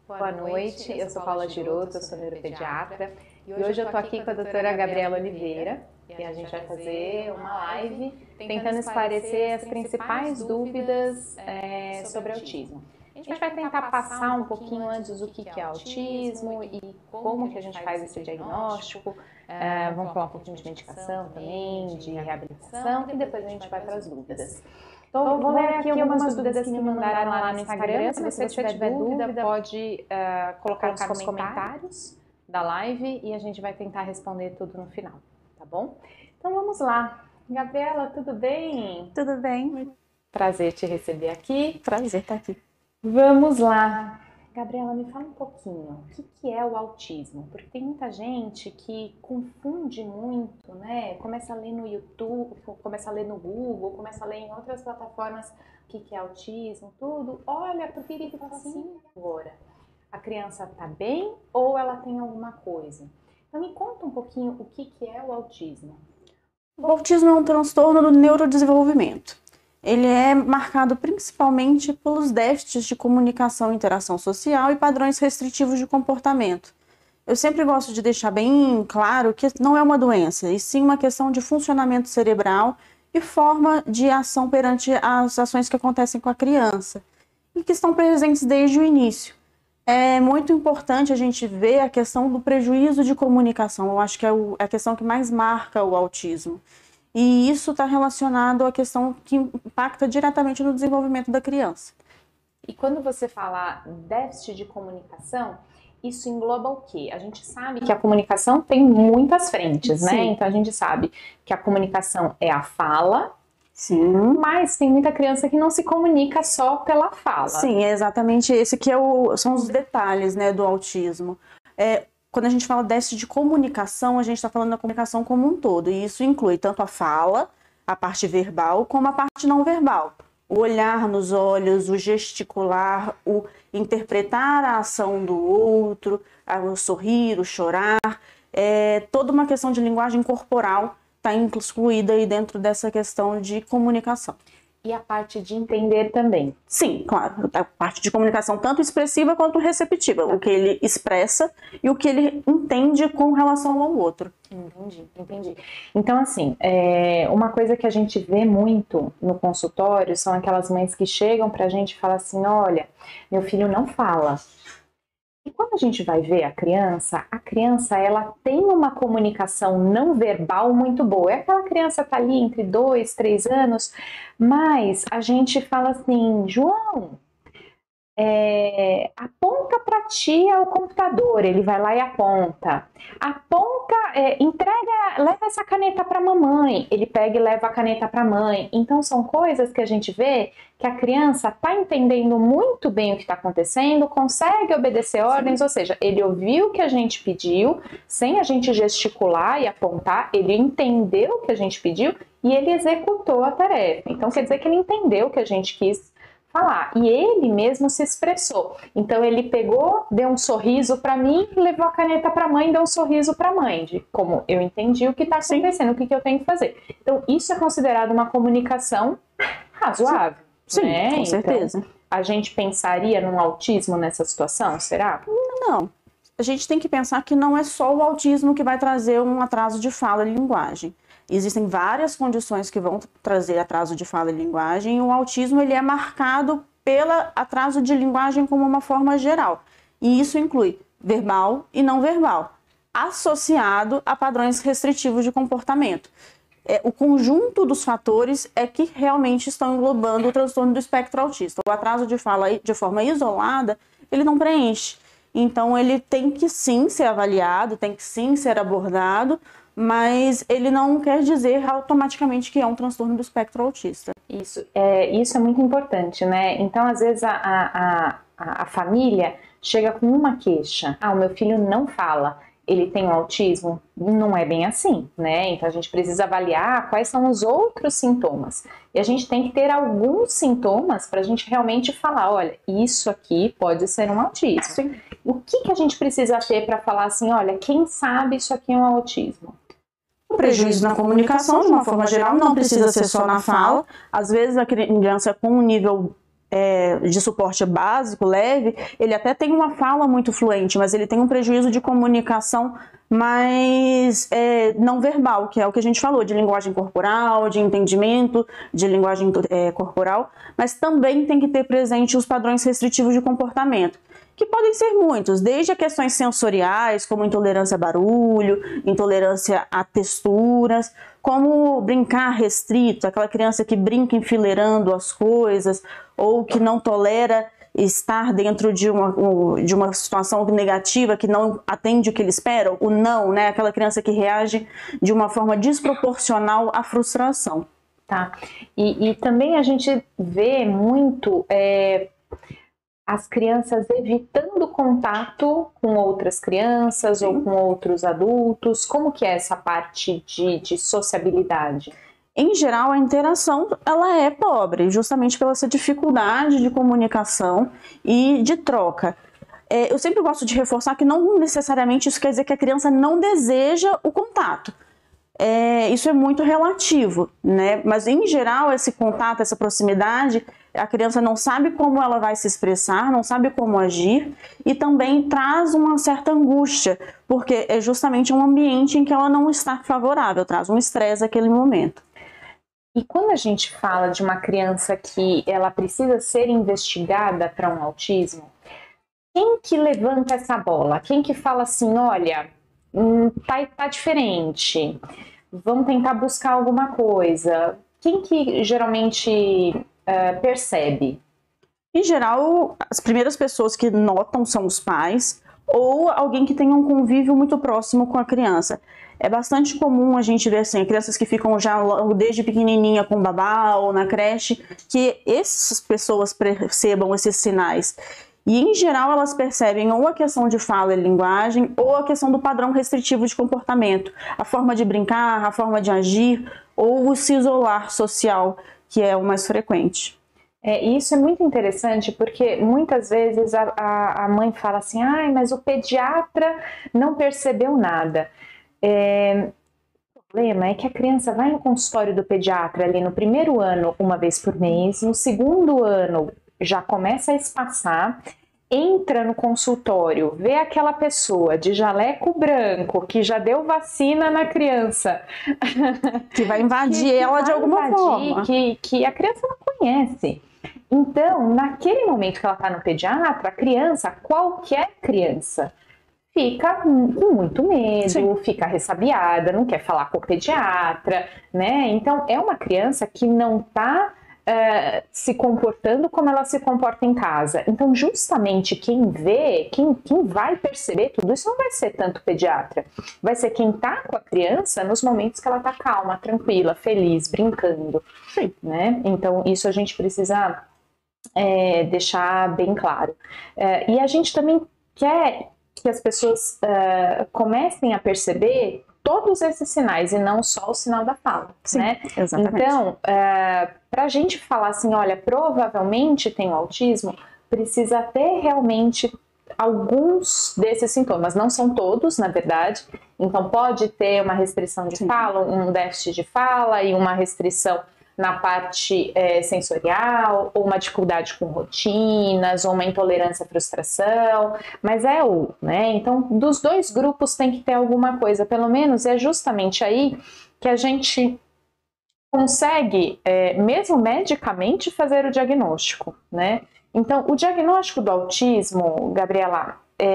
Boa noite, eu sou Paula Giroto, eu sou neuropediatra e hoje eu estou aqui com a doutora Gabriela Oliveira e a gente vai fazer uma live tentando esclarecer as principais dúvidas sobre autismo. A gente vai tentar passar um pouquinho antes o que é autismo e como que a gente faz esse diagnóstico. Vamos falar um pouquinho de medicação também, de reabilitação e depois a gente vai para as dúvidas. Então, vou ler aqui algumas dúvidas que me mandaram lá no Instagram. Se você tiver dúvida, pode colocar nos comentários da live e a gente vai tentar responder tudo no final, tá bom? Então vamos lá. Gabriela, tudo bem? Tudo bem. Prazer te receber aqui. Prazer estar aqui. Vamos lá. Gabriela, me fala um pouquinho, o que é o autismo? Porque tem muita gente que confunde muito, né? Começa a ler no YouTube, começa a ler no Google, começa a ler em outras plataformas o que é autismo, tudo. Olha pro filho e fala assim, agora, a criança tá bem ou ela tem alguma coisa? Então me conta um pouquinho o que é o autismo. O autismo é um transtorno do neurodesenvolvimento. Ele é marcado principalmente pelos déficits de comunicação e interação social e padrões restritivos de comportamento. Eu sempre gosto de deixar bem claro que não é uma doença, e sim uma questão de funcionamento cerebral e forma de ação perante as ações que acontecem com a criança, e que estão presentes desde o início. É muito importante a gente ver a questão do prejuízo de comunicação. Eu acho que é a questão que mais marca o autismo. E isso está relacionado à questão que impacta diretamente no desenvolvimento da criança. E quando você fala déficit de comunicação, isso engloba o quê? A gente sabe que a comunicação tem muitas frentes, né? Então a gente sabe que a comunicação é a fala, sim, mas tem muita criança que não se comunica só pela fala. Sim, é exatamente esse que são os detalhes, né, do autismo. Quando a gente fala déficit de comunicação, a gente está falando da comunicação como um todo. E isso inclui tanto a fala, a parte verbal, como a parte não verbal. O olhar nos olhos, o gesticular, o interpretar a ação do outro, o sorrir, o chorar. Toda uma questão de linguagem corporal está incluída aí dentro dessa questão de comunicação. E a parte de entender também. Sim, claro. A parte de comunicação tanto expressiva quanto receptiva. O que ele expressa e o que ele entende com relação ao outro. Entendi. Então, assim, uma coisa que a gente vê muito no consultório são aquelas mães que chegam pra gente e falam assim, olha, meu filho não fala. E quando a gente vai ver a criança ela tem uma comunicação não verbal muito boa. É aquela criança tá ali entre 2, 3 anos, mas a gente fala assim, João, aponta pra tia o computador, ele vai lá e aponta. Leva essa caneta pra mamãe, ele pega e leva a caneta pra mãe. Então são coisas que a gente vê que a criança tá entendendo muito bem o que está acontecendo, consegue obedecer ordens, ou seja, ele ouviu o que a gente pediu, sem a gente gesticular e apontar, ele entendeu o que a gente pediu e ele executou a tarefa. Então quer dizer que ele entendeu o que a gente quis falar. E ele mesmo se expressou. Então ele pegou, deu um sorriso para mim, levou a caneta para a mãe, deu um sorriso para a mãe, de como eu entendi o que está acontecendo, o que eu tenho que fazer. Então isso é considerado uma comunicação razoável. Sim, né? Com certeza. Então, a gente pensaria num autismo nessa situação, será? Não. A gente tem que pensar que não é só o autismo que vai trazer um atraso de fala e linguagem. Existem várias condições que vão trazer atraso de fala e linguagem, e o autismo ele é marcado pelo atraso de linguagem como uma forma geral. E isso inclui verbal e não verbal, associado a padrões restritivos de comportamento. O conjunto dos fatores é que realmente estão englobando o transtorno do espectro autista. O atraso de fala de forma isolada, ele não preenche. Então, ele tem que sim ser avaliado, tem que sim ser abordado, mas ele não quer dizer automaticamente que é um transtorno do espectro autista. Isso é muito importante, né? Então, às vezes, a família chega com uma queixa. O meu filho não fala, ele tem um autismo? Não é bem assim, né? Então, a gente precisa avaliar quais são os outros sintomas. E a gente tem que ter alguns sintomas para a gente realmente falar, olha, isso aqui pode ser um autismo. Sim. O que a gente precisa ter para falar assim, olha, quem sabe isso aqui é um autismo? O prejuízo na comunicação, de uma forma geral, não precisa ser só na fala. Às vezes a criança com um nível de suporte básico, leve, ele até tem uma fala muito fluente, mas ele tem um prejuízo de comunicação mais não verbal, que é o que a gente falou, de linguagem corporal, de entendimento, de linguagem corporal, mas também tem que ter presente os padrões restritivos de comportamento, que podem ser muitos, desde a questões sensoriais, como intolerância a barulho, intolerância a texturas, como brincar restrito, aquela criança que brinca enfileirando as coisas, ou que não tolera estar dentro de uma situação negativa, que não atende o que ele espera, o não, né? Aquela criança que reage de uma forma desproporcional à frustração. Tá. E também a gente vê muito as crianças evitando contato com outras crianças, sim, ou com outros adultos. Como que é essa parte de sociabilidade? Em geral, a interação ela é pobre, justamente pela essa dificuldade de comunicação e de troca. Eu sempre gosto de reforçar que não necessariamente isso quer dizer que a criança não deseja o contato. Isso é muito relativo, né? Mas em geral, esse contato, essa proximidade, a criança não sabe como ela vai se expressar, não sabe como agir, e também traz uma certa angústia, porque é justamente um ambiente em que ela não está favorável, traz um estresse naquele momento. E quando a gente fala de uma criança que ela precisa ser investigada para um autismo, quem que levanta essa bola? Quem que fala assim, olha, tá diferente, vamos tentar buscar alguma coisa? Quem que geralmente percebe? Em geral, as primeiras pessoas que notam são os pais ou alguém que tenha um convívio muito próximo com a criança. É bastante comum a gente ver assim, crianças que ficam já desde pequenininha com babá ou na creche, que essas pessoas percebam esses sinais. E, em geral, elas percebem ou a questão de fala e linguagem ou a questão do padrão restritivo de comportamento, a forma de brincar, a forma de agir ou o se isolar social, que é o mais frequente. Isso é muito interessante porque muitas vezes a mãe fala assim, mas o pediatra não percebeu nada. O problema é que a criança vai no consultório do pediatra ali no primeiro ano, uma vez por mês, no segundo ano já começa a espaçar, entra no consultório, vê aquela pessoa de jaleco branco que já deu vacina na criança, que vai invadir ela de alguma forma, que a criança não conhece. Então, naquele momento que ela está no pediatra, a criança, qualquer criança, fica com muito medo, sim, fica ressabiada, não quer falar com o pediatra, né? Então, é uma criança que não está se comportando como ela se comporta em casa. Então, justamente quem vê, quem vai perceber tudo isso não vai ser tanto o pediatra, vai ser quem está com a criança nos momentos que ela está calma, tranquila, feliz, brincando, sim, né? Então, isso a gente precisa deixar bem claro. E a gente também quer que as pessoas comecem a perceber todos esses sinais e não só o sinal da fala, sim, né? Exatamente. Então, para a gente falar assim, olha, provavelmente tem autismo, precisa ter realmente alguns desses sintomas, não são todos, na verdade. Então, pode ter uma restrição de sim, fala, um déficit de fala e uma restrição na parte sensorial, ou uma dificuldade com rotinas, ou uma intolerância à frustração, mas né? Então, dos dois grupos tem que ter alguma coisa, pelo menos é justamente aí que a gente consegue, mesmo medicamente, fazer o diagnóstico, né? Então, o diagnóstico do autismo, Gabriela,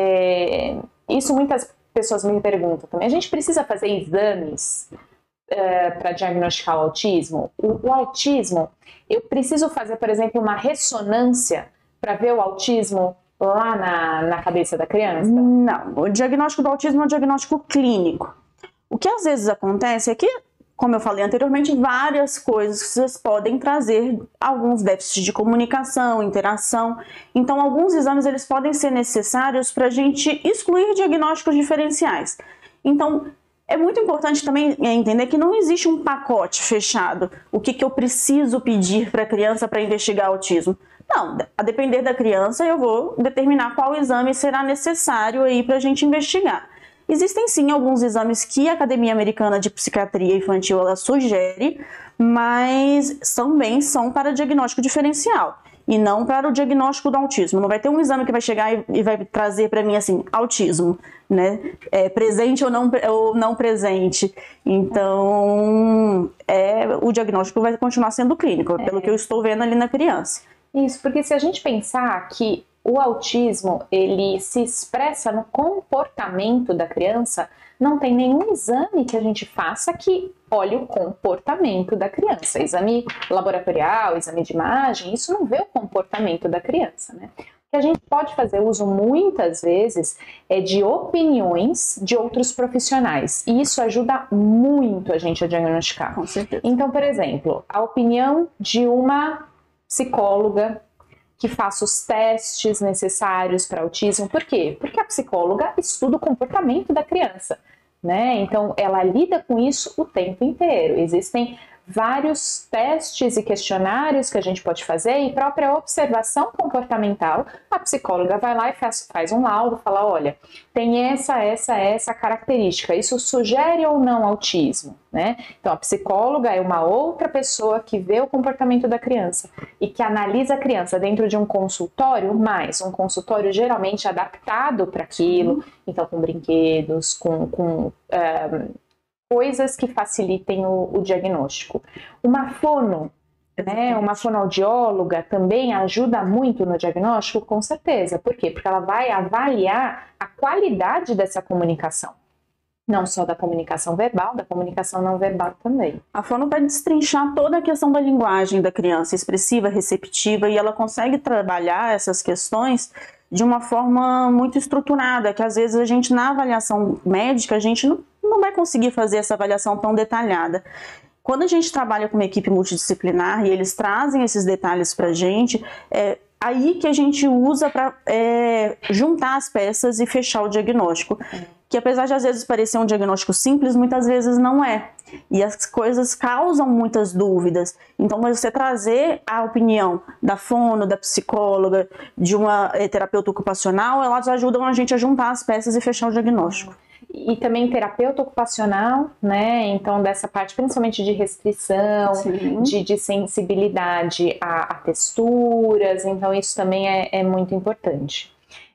isso muitas pessoas me perguntam também, a gente precisa fazer exames para diagnosticar o autismo? O autismo, eu preciso fazer, por exemplo, uma ressonância para ver o autismo lá na cabeça da criança? Não, o diagnóstico do autismo é um diagnóstico clínico. O que às vezes acontece é que, como eu falei anteriormente, várias coisas podem trazer alguns déficits de comunicação, interação. Então, alguns exames eles podem ser necessários para a gente excluir diagnósticos diferenciais. Então, é muito importante também entender que não existe um pacote fechado. O que eu preciso pedir para a criança para investigar autismo? Não, a depender da criança, eu vou determinar qual exame será necessário aí para a gente investigar. Existem sim alguns exames que a Academia Americana de Psiquiatria Infantil ela sugere, mas também são para diagnóstico diferencial. e não para o diagnóstico do autismo. Não vai ter um exame que vai chegar e vai trazer para mim assim, autismo, né? Presente ou não presente. Então, o diagnóstico vai continuar sendo clínico, pelo que eu estou vendo ali na criança. Isso, porque se a gente pensar que o autismo, ele se expressa no comportamento da criança, não tem nenhum exame que a gente faça que olhe o comportamento da criança. Exame laboratorial, exame de imagem, isso não vê o comportamento da criança, né? O que a gente pode fazer uso muitas vezes é de opiniões de outros profissionais. E isso ajuda muito a gente a diagnosticar. Com certeza. Então, por exemplo, a opinião de uma psicóloga que faça os testes necessários para autismo. Por quê? Porque a psicóloga estuda o comportamento da criança, né? Então, ela lida com isso o tempo inteiro. Existem vários testes e questionários que a gente pode fazer e própria observação comportamental, a psicóloga vai lá e faz um laudo, fala, olha, tem essa característica, isso sugere ou não autismo, né? Então a psicóloga é uma outra pessoa que vê o comportamento da criança e que analisa a criança dentro de um consultório, mas um consultório geralmente adaptado para aquilo, então com brinquedos, com coisas que facilitem o diagnóstico. Uma fono, né, uma fonoaudióloga também ajuda muito no diagnóstico, com certeza. Por quê? Porque ela vai avaliar a qualidade dessa comunicação. Não só da comunicação verbal, da comunicação não verbal também. A fono vai destrinchar toda a questão da linguagem da criança, expressiva, receptiva, e ela consegue trabalhar essas questões de uma forma muito estruturada, que às vezes a gente, na avaliação médica, a gente não vai conseguir fazer essa avaliação tão detalhada. Quando a gente trabalha com uma equipe multidisciplinar e eles trazem esses detalhes para a gente, aí que a gente usa para juntar as peças e fechar o diagnóstico. Que apesar de às vezes parecer um diagnóstico simples, muitas vezes não é. E as coisas causam muitas dúvidas. Então você trazer a opinião da fono, da psicóloga, de uma terapeuta ocupacional, elas ajudam a gente a juntar as peças e fechar o diagnóstico. E também terapeuta ocupacional, né? Então, dessa parte principalmente de restrição, de sensibilidade a texturas, então isso também é muito importante.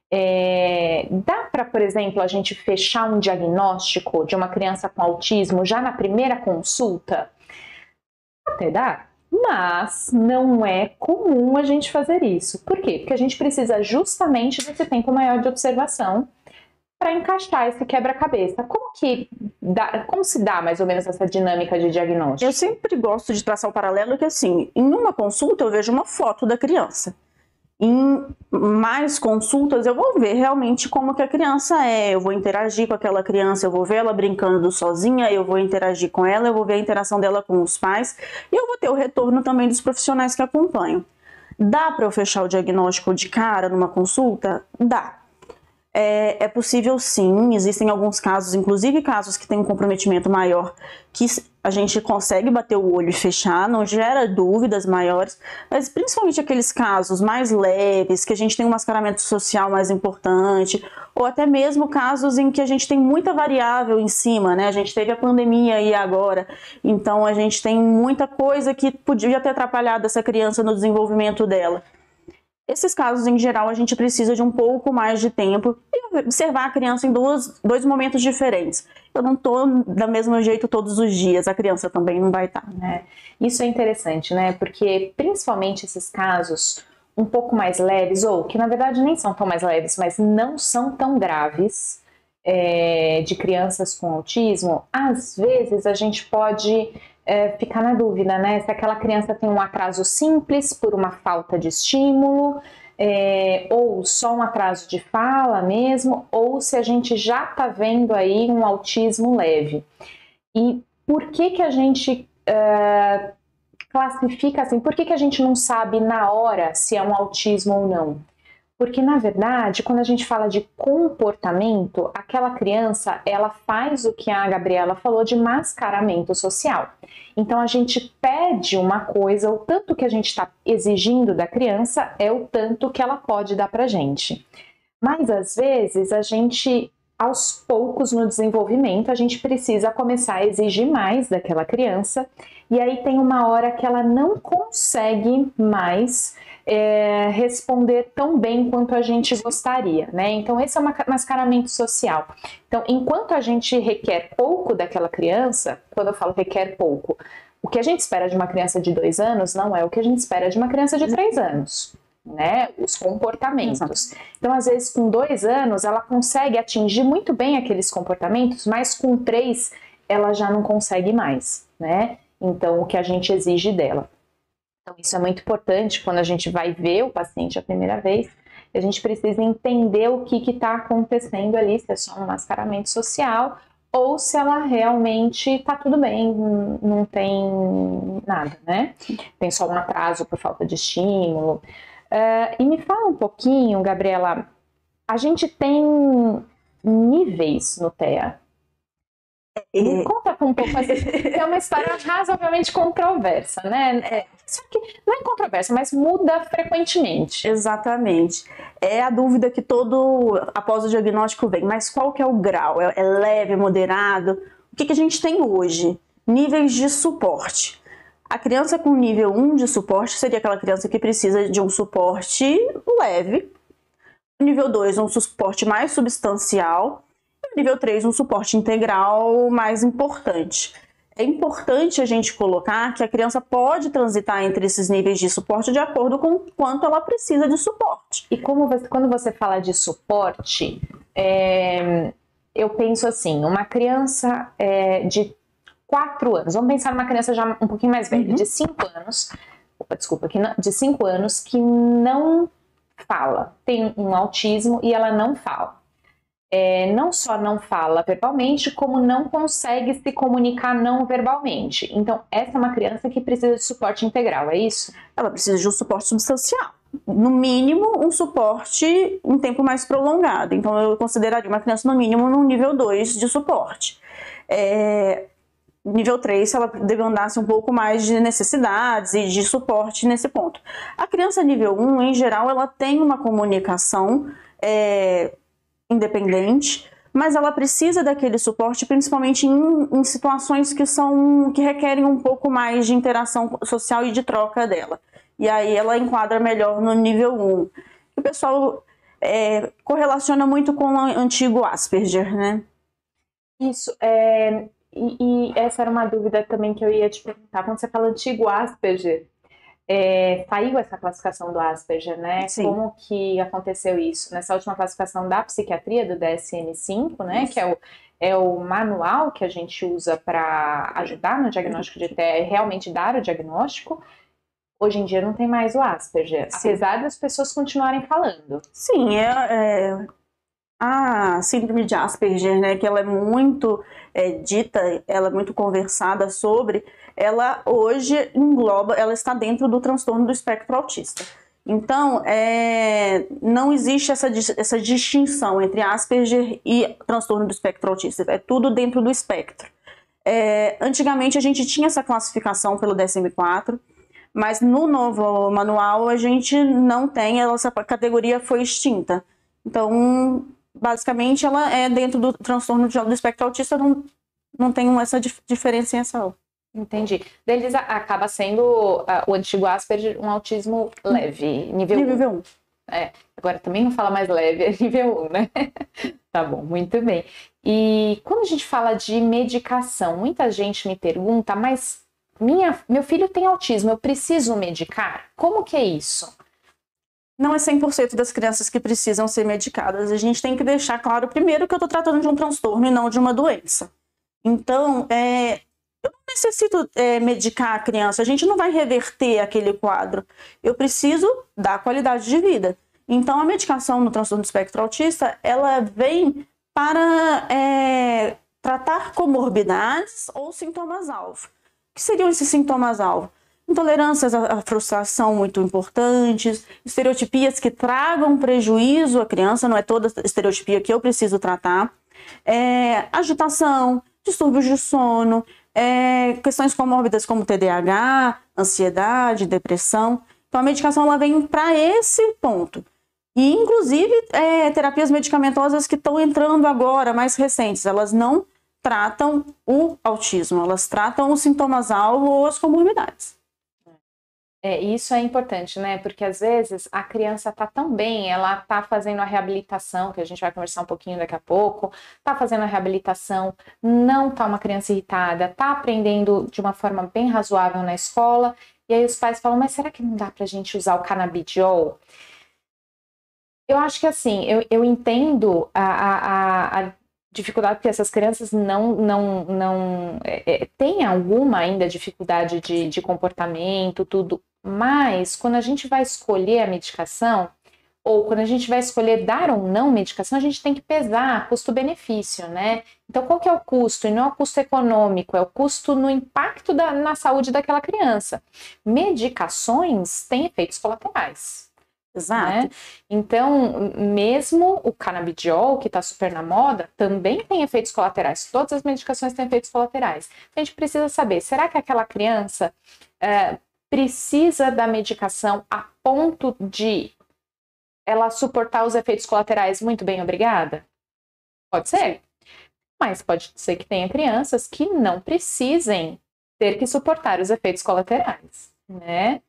Dá para, por exemplo, a gente fechar um diagnóstico de uma criança com autismo já na primeira consulta? Até dá, mas não é comum a gente fazer isso. Por quê? Porque a gente precisa justamente desse tempo maior de observação para encaixar esse quebra-cabeça. Como se dá mais ou menos essa dinâmica de diagnóstico? Eu sempre gosto de traçar o paralelo que assim, em uma consulta eu vejo uma foto da criança. Em mais consultas eu vou ver realmente como que a criança é, eu vou interagir com aquela criança, eu vou ver ela brincando sozinha, eu vou interagir com ela, eu vou ver a interação dela com os pais e eu vou ter o retorno também dos profissionais que acompanham. Dá para eu fechar o diagnóstico de cara numa consulta? Dá. É possível sim, existem alguns casos, inclusive casos que têm um comprometimento maior, que a gente consegue bater o olho e fechar, não gera dúvidas maiores, mas principalmente aqueles casos mais leves, que a gente tem um mascaramento social mais importante, ou até mesmo casos em que a gente tem muita variável em cima, né? A gente teve a pandemia aí agora, então a gente tem muita coisa que podia ter atrapalhado essa criança no desenvolvimento dela. Esses casos, em geral, a gente precisa de um pouco mais de tempo e observar a criança em dois momentos diferentes. Eu não estou do mesmo jeito todos os dias, a criança também não vai estar. Isso é interessante, né? Porque principalmente esses casos um pouco mais leves, ou que na verdade nem são tão mais leves, mas não são tão graves, de crianças com autismo, às vezes a gente pode ficar na dúvida, né? Se aquela criança tem um atraso simples por uma falta de estímulo, ou só um atraso de fala mesmo, ou se a gente já está vendo aí um autismo leve. E por que a gente classifica assim? Por que a gente não sabe na hora se é um autismo ou não? Porque, na verdade, quando a gente fala de comportamento, aquela criança, ela faz o que a Gabriela falou de mascaramento social. Então, a gente pede uma coisa, o tanto que a gente está exigindo da criança é o tanto que ela pode dar pra gente. Mas, às vezes, a gente aos poucos no desenvolvimento a gente precisa começar a exigir mais daquela criança, e aí tem uma hora que ela não consegue mais responder tão bem quanto a gente gostaria, né? Então esse é um mascaramento social. Então, enquanto a gente requer pouco daquela criança, quando eu falo requer pouco, o que a gente espera de uma criança de 2 anos não é o que a gente espera de uma criança de 3 anos. Né, os comportamentos. Então, às vezes, com 2 anos, ela consegue atingir muito bem aqueles comportamentos, mas com 3, ela já não consegue mais, né? Então, o que a gente exige dela. Então, isso é muito importante quando a gente vai ver o paciente a primeira vez. A gente precisa entender o que está acontecendo ali, se é só um mascaramento social ou se ela realmente está tudo bem, não tem nada, né? Tem só um atraso por falta de estímulo. E me fala um pouquinho, Gabriela, a gente tem níveis no TEA. Me conta um pouco, assim, é uma história razoavelmente controversa, né? Só que não é controversa, mas muda frequentemente. Exatamente. É a dúvida que após o diagnóstico vem, mas qual que é o grau? É leve, moderado? O que a gente tem hoje? Níveis de suporte. A criança com nível 1 de suporte seria aquela criança que precisa de um suporte leve. Nível 2, um suporte mais substancial. Nível 3, um suporte integral mais importante. É importante a gente colocar que a criança pode transitar entre esses níveis de suporte de acordo com o quanto ela precisa de suporte. E quando você fala de suporte, eu penso assim, uma criança de 4 anos, vamos pensar numa criança já um pouquinho mais velha, de 5 anos, de 5 anos que não fala, tem um autismo e ela não fala. Não só não fala verbalmente, como não consegue se comunicar não verbalmente. Então, essa é uma criança que precisa de suporte integral, é isso? Ela precisa de um suporte substancial. No mínimo, um suporte em tempo mais prolongado. Então, eu consideraria uma criança, no mínimo, no nível 2 de suporte. Nível 3, se ela demandasse um pouco mais de necessidades e de suporte nesse ponto. A criança nível 1, em geral, ela tem uma comunicação independente, mas ela precisa daquele suporte principalmente em situações que requerem um pouco mais de interação social e de troca dela. E aí ela enquadra melhor no nível 1. O pessoal correlaciona muito com o antigo Asperger, né? Isso, e essa era uma dúvida também que eu ia te perguntar. Quando você fala antigo Asperger, saiu essa classificação do Asperger, né? Sim. Como que aconteceu isso? Nessa última classificação da psiquiatria, do DSM-5, né? Isso. Que é o manual que a gente usa para ajudar no diagnóstico de TEA e realmente dar o diagnóstico. Hoje em dia não tem mais o Asperger, Sim. apesar das pessoas continuarem falando. Sim, a síndrome de Asperger, né, que ela é muito dita, ela é muito conversada sobre, ela hoje engloba, ela está dentro do transtorno do espectro autista. Então, não existe essa distinção entre Asperger e transtorno do espectro autista, é tudo dentro do espectro. Antigamente a gente tinha essa classificação pelo DSM-4, mas no novo manual a gente não tem, essa categoria foi extinta. Então, basicamente, ela é dentro do transtorno do espectro autista, não tem essa diferenciação. Entendi. Deles acaba sendo o antigo Asperger um autismo leve, nível 1. Agora também não fala mais leve, é nível 1, né? Tá bom, muito bem. E quando a gente fala de medicação, muita gente me pergunta, mas meu filho tem autismo, eu preciso medicar? Como que é isso? Não é 100% das crianças que precisam ser medicadas. A gente tem que deixar claro, primeiro, que eu estou tratando de um transtorno e não de uma doença. Então, eu não necessito medicar a criança, a gente não vai reverter aquele quadro. Eu preciso dar qualidade de vida. Então, a medicação no transtorno do espectro autista, ela vem para tratar comorbidades ou sintomas-alvo. O que seriam esses sintomas-alvo? Intolerâncias à frustração muito importantes, estereotipias que tragam prejuízo à criança, não é toda estereotipia que eu preciso tratar, agitação, distúrbios de sono, questões comórbidas como TDAH, ansiedade, depressão. Então a medicação ela vem para esse ponto. E, inclusive, terapias medicamentosas que estão entrando agora, mais recentes, elas não tratam o autismo, elas tratam os sintomas-alvo ou as comorbidades. Isso é importante, né? Porque às vezes a criança tá tão bem, ela tá fazendo a reabilitação, que a gente vai conversar um pouquinho daqui a pouco, tá fazendo a reabilitação, não tá uma criança irritada, tá aprendendo de uma forma bem razoável na escola, e aí os pais falam, mas será que não dá pra gente usar o canabidiol? Eu acho que assim, eu entendo a dificuldade, porque essas crianças têm alguma ainda dificuldade de comportamento, tudo, mas quando a gente vai escolher a medicação, ou quando a gente vai escolher dar ou não medicação, a gente tem que pesar custo-benefício, né? Então, qual que é o custo? E não é o custo econômico, é o custo no impacto na saúde daquela criança. Medicações têm efeitos colaterais. Exato. Né? Então, mesmo o canabidiol, que está super na moda, também tem efeitos colaterais. Todas as medicações têm efeitos colaterais. A gente precisa saber, será que aquela criança precisa da medicação a ponto de ela suportar os efeitos colaterais muito bem, obrigada? Pode ser. Mas pode ser que tenha crianças que não precisem ter que suportar os efeitos colaterais, né?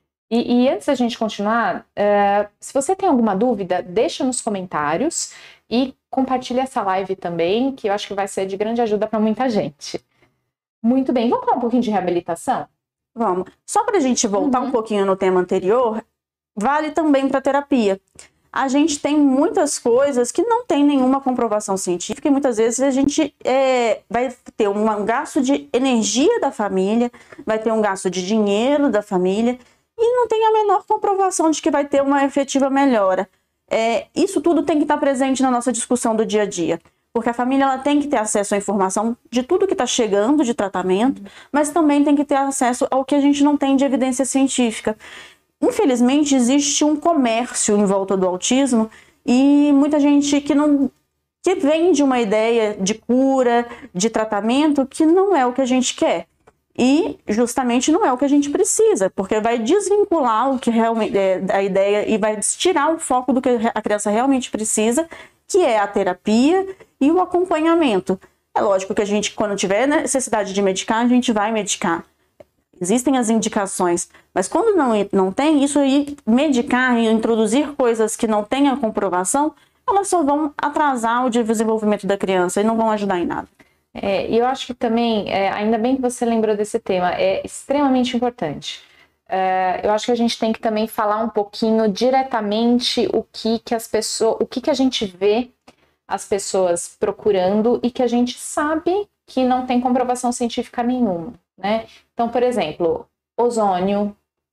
E antes da gente continuar, se você tem alguma dúvida, deixa nos comentários e compartilha essa live também, que eu acho que vai ser de grande ajuda para muita gente. Muito bem, vamos falar um pouquinho de reabilitação? Vamos. Só para a gente voltar um pouquinho no tema anterior, vale também para terapia. A gente tem muitas coisas que não tem nenhuma comprovação científica e muitas vezes a gente vai ter um gasto de energia da família, vai ter um gasto de dinheiro da família, e não tem a menor comprovação de que vai ter uma efetiva melhora. Isso tudo tem que estar presente na nossa discussão do dia a dia, porque a família ela tem que ter acesso à informação de tudo que está chegando de tratamento, mas também tem que ter acesso ao que a gente não tem de evidência científica. Infelizmente, existe um comércio em volta do autismo e muita gente que vende uma ideia de cura, de tratamento, que não é o que a gente quer. E justamente não é o que a gente precisa, porque vai desvincular o que realmente é a ideia e vai tirar o foco do que a criança realmente precisa, que é a terapia e o acompanhamento. É lógico que a gente, quando tiver necessidade de medicar, a gente vai medicar. Existem as indicações, mas quando não tem, isso aí, medicar e introduzir coisas que não tenham comprovação, elas só vão atrasar o desenvolvimento da criança e não vão ajudar em nada. E eu acho que também, ainda bem que você lembrou desse tema, é extremamente importante. Eu acho que a gente tem que também falar um pouquinho diretamente o que a gente vê as pessoas procurando e que a gente sabe que não tem comprovação científica nenhuma, né? Então, por exemplo, ozônio,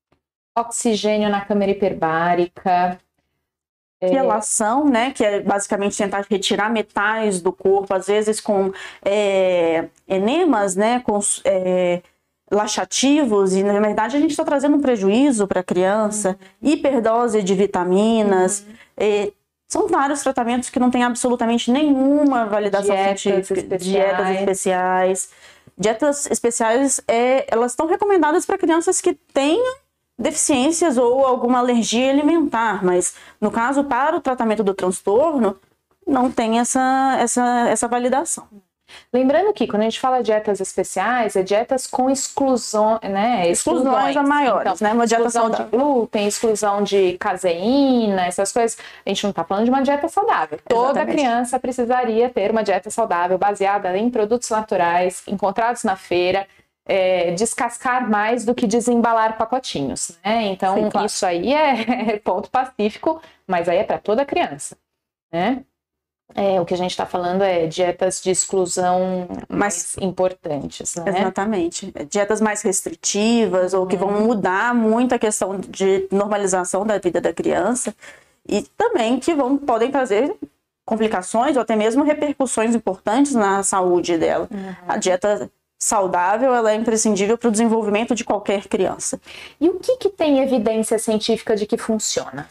oxigênio na câmara hiperbárica, Quelação, né, que é basicamente tentar retirar metais do corpo, às vezes com enemas, né, com laxativos, e na verdade a gente está trazendo um prejuízo para a criança, hiperdose de vitaminas, são vários tratamentos que não tem absolutamente nenhuma validação científica. Dietas especiais. Dietas especiais, elas estão recomendadas para crianças que tenham deficiências ou alguma alergia alimentar, mas no caso, para o tratamento do transtorno, não tem essa validação. Lembrando que quando a gente fala dietas especiais, é dietas com exclusão, né? Exclusões a maiores, então, né? Uma dieta exclusão saudável. de glúten, exclusão de caseína, essas coisas. A gente não está falando de uma dieta saudável. Toda Exatamente. criança precisaria ter uma dieta saudável baseada em produtos naturais, encontrados na feira, descascar mais do que desembalar pacotinhos, né? Então, sim, claro. Isso aí é ponto pacífico, mas aí é para toda criança, né? O que a gente está falando é dietas de exclusão mais importantes, né? Exatamente. Dietas mais restritivas ou que vão mudar muito a questão de normalização da vida da criança e também que podem trazer complicações ou até mesmo repercussões importantes na saúde dela. A dieta saudável, ela é imprescindível para o desenvolvimento de qualquer criança. E o que tem evidência científica de que funciona?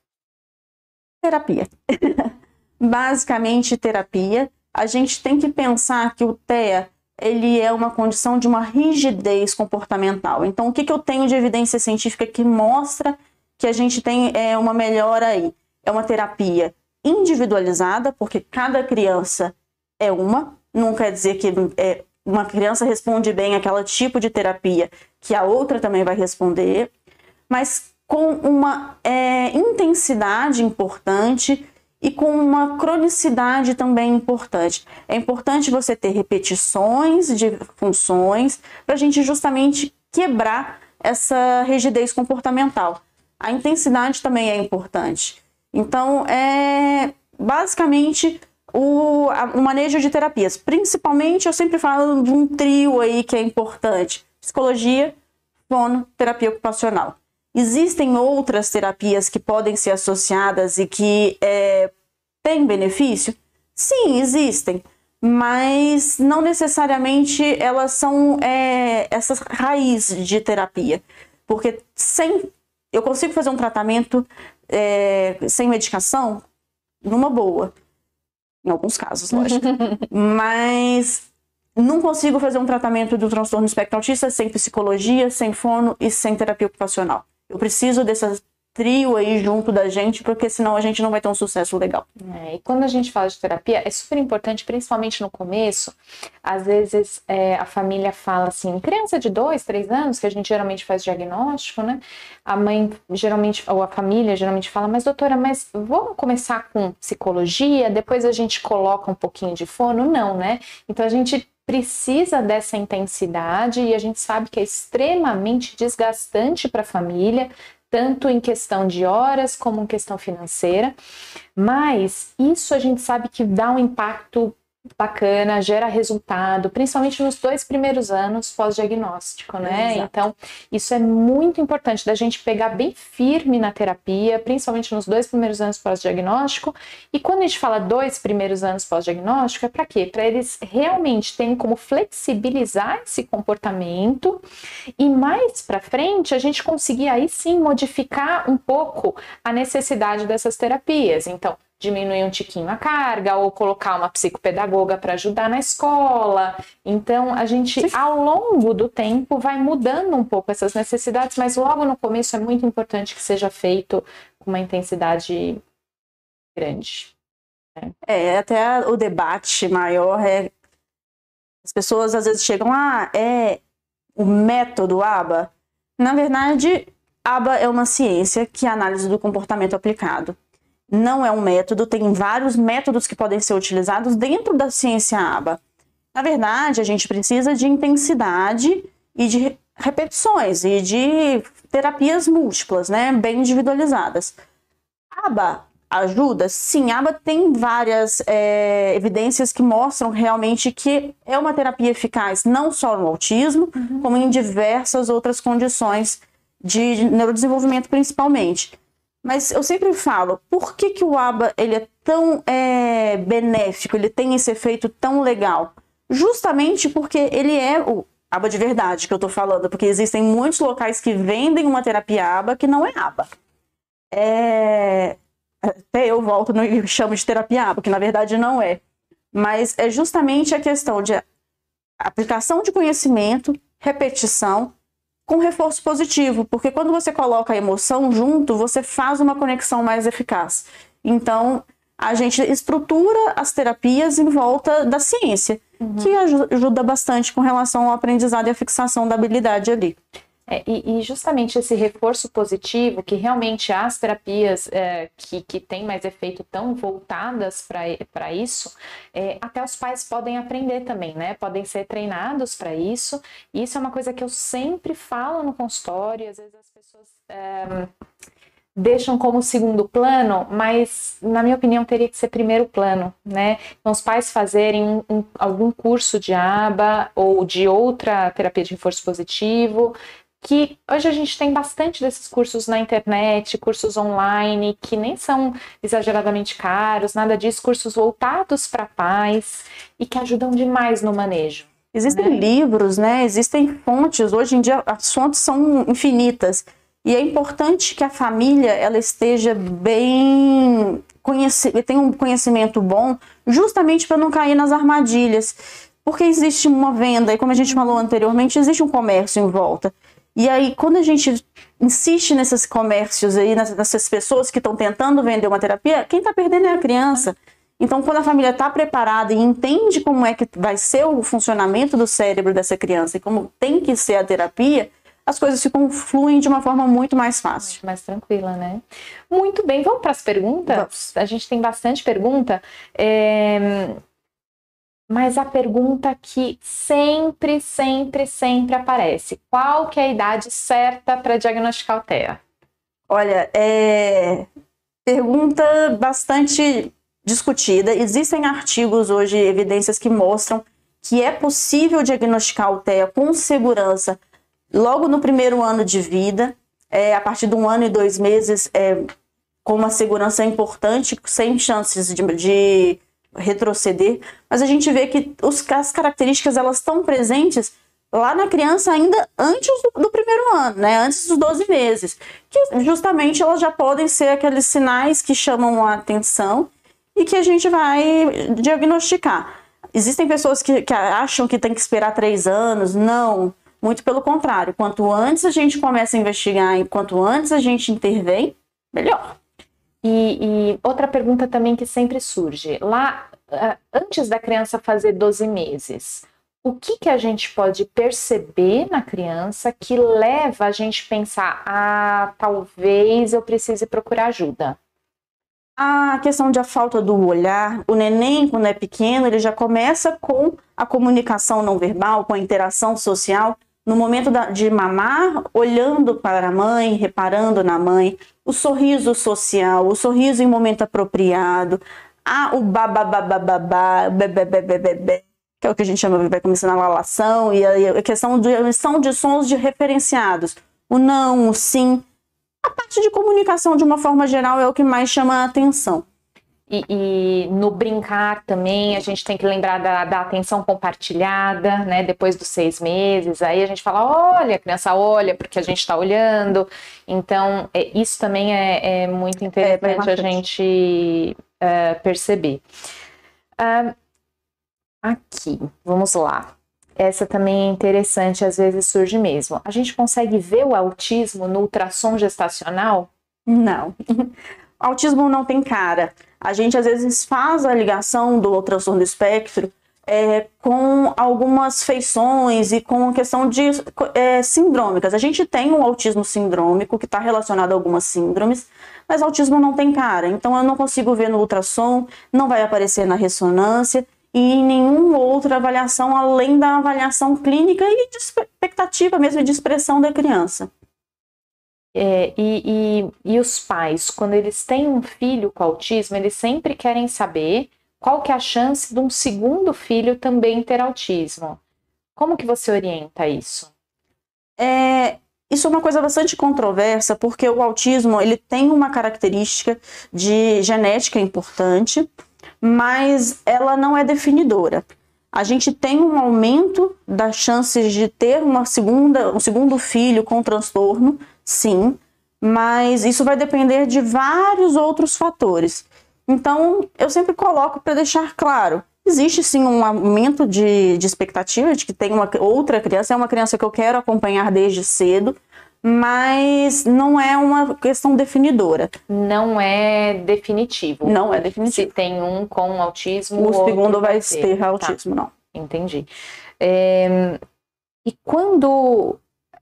Terapia. Basicamente, terapia. A gente tem que pensar que o TEA, ele é uma condição de uma rigidez comportamental. Então, o que eu tenho de evidência científica que mostra que a gente tem uma melhora aí? é uma terapia individualizada, porque cada criança é não quer dizer que uma criança responde bem àquela tipo de terapia que a outra também vai responder, mas com uma intensidade importante e com uma cronicidade também importante. É importante você ter repetições de funções para a gente justamente quebrar essa rigidez comportamental. A intensidade também é importante. Então, basicamente o manejo de terapias. Principalmente, eu sempre falo de um trio aí que é importante: psicologia, fono, terapia ocupacional. Existem outras terapias que podem ser associadas e que têm benefício? Sim, existem, mas não necessariamente elas são essa raiz de terapia, porque eu consigo fazer um tratamento sem medicação numa boa, em alguns casos, lógico, mas não consigo fazer um tratamento do transtorno do espectro autista sem psicologia, sem fono e sem terapia ocupacional. Eu preciso dessa trio aí junto da gente, porque senão a gente não vai ter um sucesso legal. E quando a gente fala de terapia, é super importante, principalmente no começo. Às vezes a família fala assim, criança de 2, 3 anos, que a gente geralmente faz diagnóstico, né? A mãe geralmente, ou a família geralmente fala, mas doutora, mas vamos começar com psicologia, depois a gente coloca um pouquinho de fono? Não, né? Então a gente precisa dessa intensidade e a gente sabe que é extremamente desgastante para a família, tanto em questão de horas como em questão financeira, mas isso a gente sabe que dá um impacto bacana, gera resultado, principalmente nos 2 primeiros anos pós-diagnóstico, né? Exato. Então, isso é muito importante da gente pegar bem firme na terapia, principalmente nos 2 primeiros anos pós-diagnóstico. E quando a gente fala 2 primeiros anos pós-diagnóstico, é para quê? Para eles realmente terem como flexibilizar esse comportamento e mais para frente a gente conseguir aí sim modificar um pouco a necessidade dessas terapias. Então, diminuir um tiquinho a carga, ou colocar uma psicopedagoga para ajudar na escola. Então, a gente, ao longo do tempo, vai mudando um pouco essas necessidades, mas logo no começo é muito importante que seja feito com uma intensidade grande. Até o debate maior as pessoas às vezes chegam, o método ABA. Na verdade, ABA é uma ciência que é a análise do comportamento aplicado. Não é um método, tem vários métodos que podem ser utilizados dentro da ciência ABA. Na verdade, a gente precisa de intensidade e de repetições e de terapias múltiplas, né, bem individualizadas. ABA ajuda? Sim, ABA tem várias evidências que mostram realmente que é uma terapia eficaz, não só no autismo, como em diversas outras condições de neurodesenvolvimento principalmente. Mas eu sempre falo, por que o ABA ele é tão benéfico, ele tem esse efeito tão legal? Justamente porque ele é o ABA de verdade que eu tô falando, porque existem muitos locais que vendem uma terapia ABA que não é ABA. Até eu volto e chamo de terapia ABA, que na verdade não é. Mas é justamente a questão de aplicação de conhecimento, repetição, com reforço positivo, porque quando você coloca a emoção junto, você faz uma conexão mais eficaz. Então, a gente estrutura as terapias em volta da ciência, que ajuda bastante com relação ao aprendizado e a fixação da habilidade ali. E justamente esse reforço positivo, que realmente as terapias que têm mais efeito tão voltadas para isso, até os pais podem aprender também, né? Podem ser treinados para isso. E isso é uma coisa que eu sempre falo no consultório, às vezes as pessoas deixam como segundo plano, mas na minha opinião teria que ser primeiro plano, né? Então os pais fazerem algum curso de ABA ou de outra terapia de reforço positivo, que hoje a gente tem bastante desses cursos na internet, cursos online, que nem são exageradamente caros, nada disso, cursos voltados para pais e que ajudam demais no manejo. Existem livros, né? Existem fontes, hoje em dia as fontes são infinitas e é importante que a família ela esteja bem tenha um conhecimento bom, justamente para não cair nas armadilhas, porque existe uma venda e como a gente falou anteriormente, existe um comércio em volta. E aí, quando a gente insiste nesses comércios aí, nessas pessoas que estão tentando vender uma terapia, quem está perdendo é a criança. Então, quando a família está preparada e entende como é que vai ser o funcionamento do cérebro dessa criança e como tem que ser a terapia, as coisas fluem de uma forma muito mais fácil. Muito mais tranquila, né? Muito bem, vamos para as perguntas? Vamos. A gente tem bastante pergunta. Mas a pergunta que sempre aparece: qual que é a idade certa para diagnosticar o TEA? Olha, pergunta bastante discutida. Existem artigos hoje, evidências que mostram que é possível diagnosticar o TEA com segurança logo no primeiro ano de vida, a partir de 1 ano e 2 meses, com uma segurança importante, sem chances de retroceder, mas a gente vê que as características elas estão presentes lá na criança ainda antes do primeiro ano, né? Antes dos 12 meses, que justamente elas já podem ser aqueles sinais que chamam a atenção e que a gente vai diagnosticar. Existem pessoas que acham que tem que esperar 3 anos, não, muito pelo contrário, quanto antes a gente começa a investigar e quanto antes a gente intervém, melhor. E outra pergunta também que sempre surge, lá antes da criança fazer 12 meses, o que a gente pode perceber na criança que leva a gente a pensar, talvez eu precise procurar ajuda? A questão da falta do olhar, o neném quando é pequeno, ele já começa com a comunicação não verbal, com a interação social, no momento de mamar, olhando para a mãe, reparando na mãe, o sorriso social, o sorriso em momento apropriado, o bababababá, bebê, que é o que a gente chama, vai começando a lalação, e a questão de emissão de sons referenciados, o não, o sim. A parte de comunicação, de uma forma geral, é o que mais chama a atenção. E no brincar também, a gente tem que lembrar da atenção compartilhada, né? Depois dos 6 meses, aí a gente fala, olha, a criança olha porque a gente está olhando. Então, isso também é muito interessante a gente perceber. Aqui, vamos lá. Essa também é interessante, às vezes surge mesmo. A gente consegue ver o autismo no ultrassom gestacional? Não. Autismo não tem cara. A gente às vezes faz a ligação do ultrassom do espectro com algumas feições e com questão de sindrômicas. A gente tem um autismo sindrômico que está relacionado a algumas síndromes, mas autismo não tem cara. Então eu não consigo ver no ultrassom, não vai aparecer na ressonância e em nenhuma outra avaliação além da avaliação clínica e de expectativa mesmo de expressão da criança. E os pais, quando eles têm um filho com autismo, eles sempre querem saber qual que é a chance de um segundo filho também ter autismo. Como que você orienta isso? Isso é uma coisa bastante controversa, porque o autismo ele tem uma característica de genética importante, mas ela não é definidora. A gente tem um aumento das chances de ter um segundo filho com transtorno, sim, mas isso vai depender de vários outros fatores. Então, eu sempre coloco para deixar claro, existe sim um aumento de expectativa de que tem uma outra criança, é uma criança que eu quero acompanhar desde cedo, mas não é uma questão definidora. Não é definitivo. Não é definitivo. Se tem um com autismo, o segundo vai ter autismo, tá. Não. Entendi. E quando...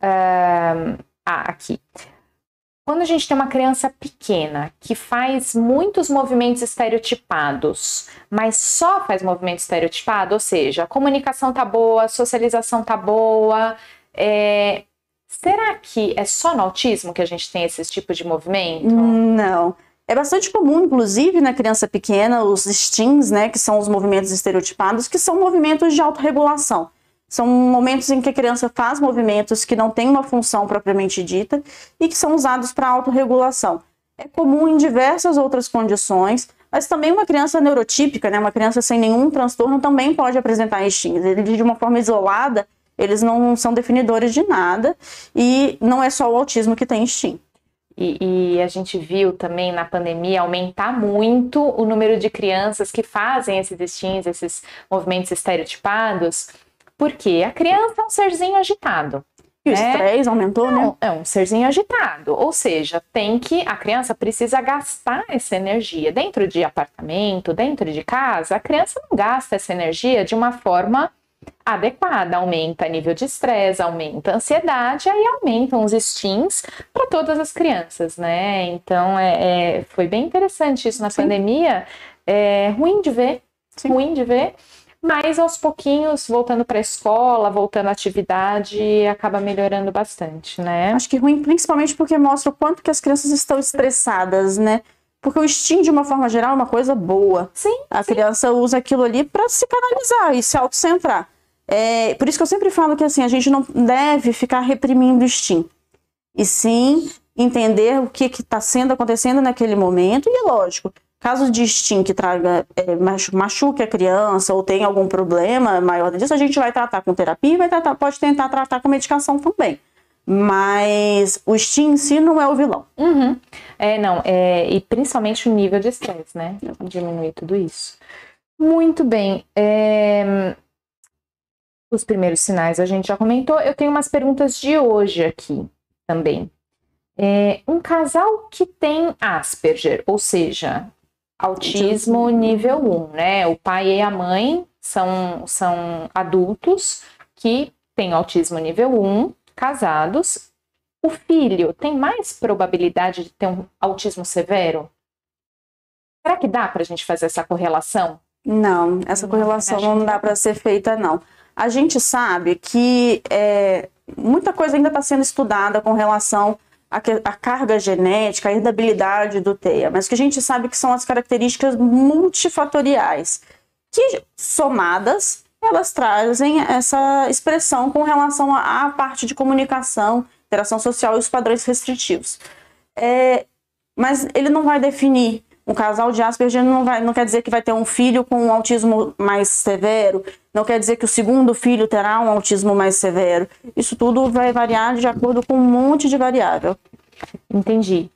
aqui. Quando a gente tem uma criança pequena que faz muitos movimentos estereotipados, mas só faz movimento estereotipado, ou seja, a comunicação tá boa, a socialização tá boa, será que é só no autismo que a gente tem esse tipo de movimento? Não. É bastante comum, inclusive, na criança pequena, os STIMs, né, que são os movimentos estereotipados, que são movimentos de autorregulação. São momentos em que a criança faz movimentos que não têm uma função propriamente dita e que são usados para autorregulação. É comum em diversas outras condições, mas também uma criança neurotípica, né, uma criança sem nenhum transtorno, também pode apresentar STIMs. Eles, de uma forma isolada, eles não são definidores de nada e não é só o autismo que tem STIM. E a gente viu também na pandemia aumentar muito o número de crianças que fazem esses STIMs, esses movimentos estereotipados, porque a criança é um serzinho agitado. E o estresse aumentou, né? É um serzinho agitado, ou seja, a criança precisa gastar essa energia. Dentro de apartamento, dentro de casa, a criança não gasta essa energia de uma forma adequada, aumenta nível de estresse, aumenta a ansiedade, aí aumentam os STIMs para todas as crianças, né? Então, foi bem interessante isso na pandemia, ruim de ver, mas aos pouquinhos, voltando para a escola, voltando à atividade, acaba melhorando bastante, né? Acho que ruim principalmente porque mostra o quanto que as crianças estão estressadas, né? Porque o STIM, de uma forma geral, é uma coisa boa. A criança usa aquilo ali para se canalizar e se autocentrar. Por isso que eu sempre falo que assim, a gente não deve ficar reprimindo o STIM. E sim entender o que está acontecendo naquele momento. E é lógico, caso de STIM que traga, machuque a criança ou tenha algum problema maior disso, a gente vai tratar com terapia e pode tentar tratar com medicação também. Mas o STIM em si não é o vilão. E principalmente o nível de estresse, né? Diminuir tudo isso. Muito bem. Os primeiros sinais a gente já comentou. Eu tenho umas perguntas de hoje aqui também. Um casal que tem Asperger, ou seja, autismo nível 1, né? O pai e a mãe são adultos que têm autismo nível 1, casados. O filho tem mais probabilidade de ter um autismo severo? Será que dá para a gente fazer essa correlação? Não, essa correlação não dá para ser feita, não. A gente sabe que muita coisa ainda está sendo estudada com relação à carga genética, à herdabilidade do TEA, mas que a gente sabe que são as características multifatoriais, que somadas, elas trazem essa expressão com relação à parte de comunicação, interação social e os padrões restritivos. Mas ele não vai definir. Um casal de Asperger não quer dizer que vai ter um filho com um autismo mais severo, não quer dizer que o segundo filho terá um autismo mais severo. Isso tudo vai variar de acordo com um monte de variável. Entendi.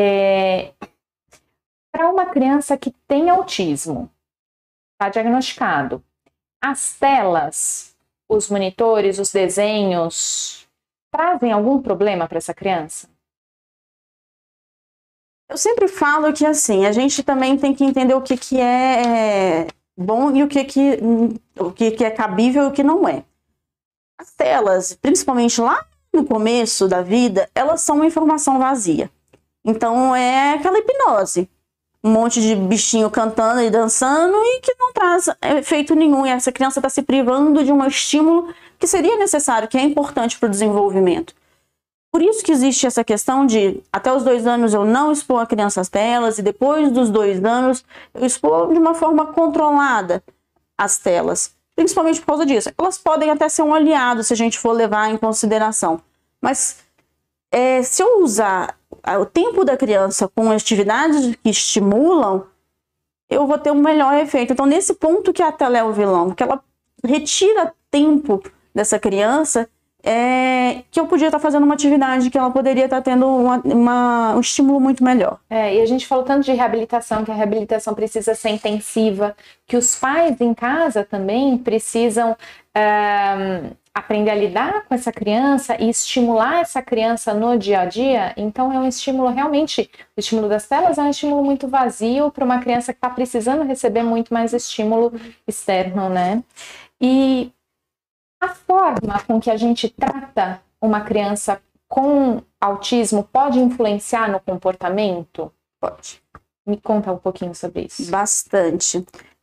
Para uma criança que tem autismo, está diagnosticado, as telas, os monitores, os desenhos, trazem algum problema para essa criança? Eu sempre falo que assim, a gente também tem que entender o que é bom e o que é cabível e o que não é. As telas, principalmente lá no começo da vida, elas são uma informação vazia. Então é aquela hipnose. Um monte de bichinho cantando e dançando e que não traz efeito nenhum. E essa criança está se privando de um estímulo que seria necessário, que é importante para o desenvolvimento. Por isso que existe essa questão de, até os 2 anos eu não expor a criança às telas, e depois dos 2 anos eu expor de uma forma controlada as telas. Principalmente por causa disso. Elas podem até ser um aliado se a gente for levar em consideração. Mas se eu usar o tempo da criança com atividades que estimulam, eu vou ter um melhor efeito. Então, nesse ponto que a tela é o vilão, que ela retira tempo dessa criança, que eu podia estar fazendo uma atividade que ela poderia estar tendo um estímulo muito melhor. E a gente falou tanto de reabilitação, que a reabilitação precisa ser intensiva, que os pais em casa também precisam aprender a lidar com essa criança e estimular essa criança no dia a dia. Então é um estímulo realmente, o estímulo das telas é um estímulo muito vazio para uma criança que está precisando receber muito mais estímulo externo, né? E a forma com que a gente trata uma criança com autismo pode influenciar no comportamento? Pode. Me conta um pouquinho sobre isso. Bastante.